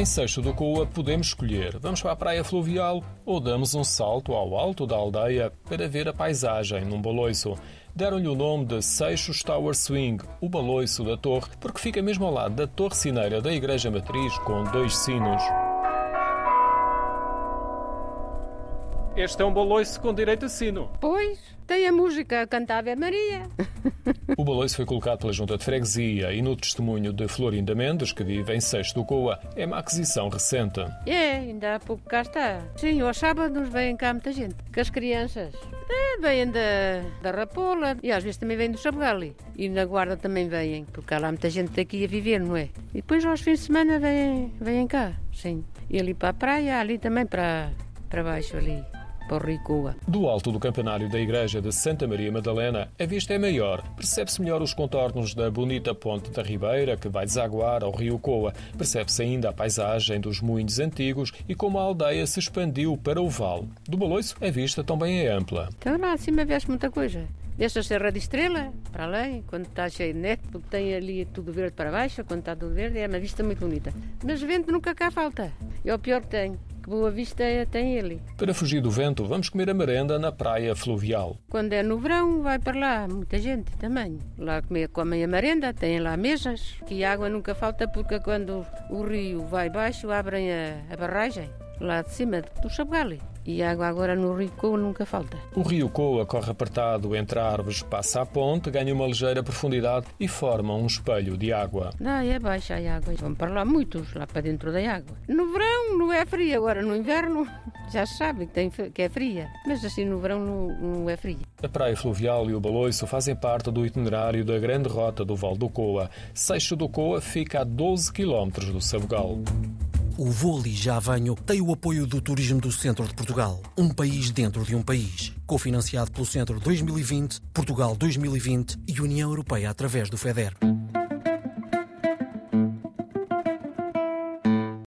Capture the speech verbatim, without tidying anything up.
Em Seixo do Coa podemos escolher, vamos para a praia fluvial ou damos um salto ao alto da aldeia para ver a paisagem num baloiço. Deram-lhe o nome de Seixos Tower Swing, o baloiço da torre, porque fica mesmo ao lado da torre sineira da Igreja Matriz com dois sinos. Este é um baloiço com direito a sino. Pois, tem a música a cantar Ave Maria. O baloiço foi colocado pela Junta de Freguesia e no testemunho de Florinda Mendes, que vive em Seixo do Coa, é uma aquisição recente. É, ainda há pouco cá está. Sim, aos sábados vem cá muita gente, com as crianças. É, vêm da, da Rapola e às vezes também vêm do Sabugali. E na Guarda também vêm, porque há lá muita gente daqui a viver, não é? E depois aos fins de semana vêm, vêm cá, sim. E ali para a praia, ali também para, para baixo, ali. Para o Rio Coa. Do alto do campanário da Igreja de Santa Maria Madalena, a vista é maior. Percebe-se melhor os contornos da bonita ponte da Ribeira, que vai desaguar ao Rio Coa. Percebe-se ainda a paisagem dos moinhos antigos e como a aldeia se expandiu para o vale. Do baloiço, a vista também é ampla. Então lá acima vê-se muita coisa. Desde a Serra de Estrela, para além, quando está cheio de neto, porque tem ali tudo verde para baixo, quando está tudo verde, é uma vista muito bonita. Mas vento nunca cá falta. É o pior que tem. Que boa vista tem ele. Para fugir do vento, vamos comer a merenda na praia fluvial. Quando é no verão, vai para lá muita gente também. Lá comer, comem a merenda, têm lá mesas. Que a água nunca falta porque quando o rio vai baixo, abrem a, a barragem lá de cima do Sabugali. E a água agora no Rio Coa nunca falta. O Rio Coa corre apertado entre árvores, passa a ponte, ganha uma ligeira profundidade e forma um espelho de água. Não, é baixa a água. Vão para lá muitos, lá para dentro da água. No verão não é fria, agora no inverno já se sabe que, tem, que é fria. Mas assim no verão não, não é fria. A praia fluvial e o baloiço fazem parte do itinerário da grande rota do Vale do Coa. Seixo do Coa fica a doze quilómetros do Sabugal. O Vou Ali Já Venho tem o apoio do Turismo do Centro de Portugal, um país dentro de um país, cofinanciado pelo Centro dois mil e vinte, Portugal dois mil e vinte e União Europeia através do FEDER.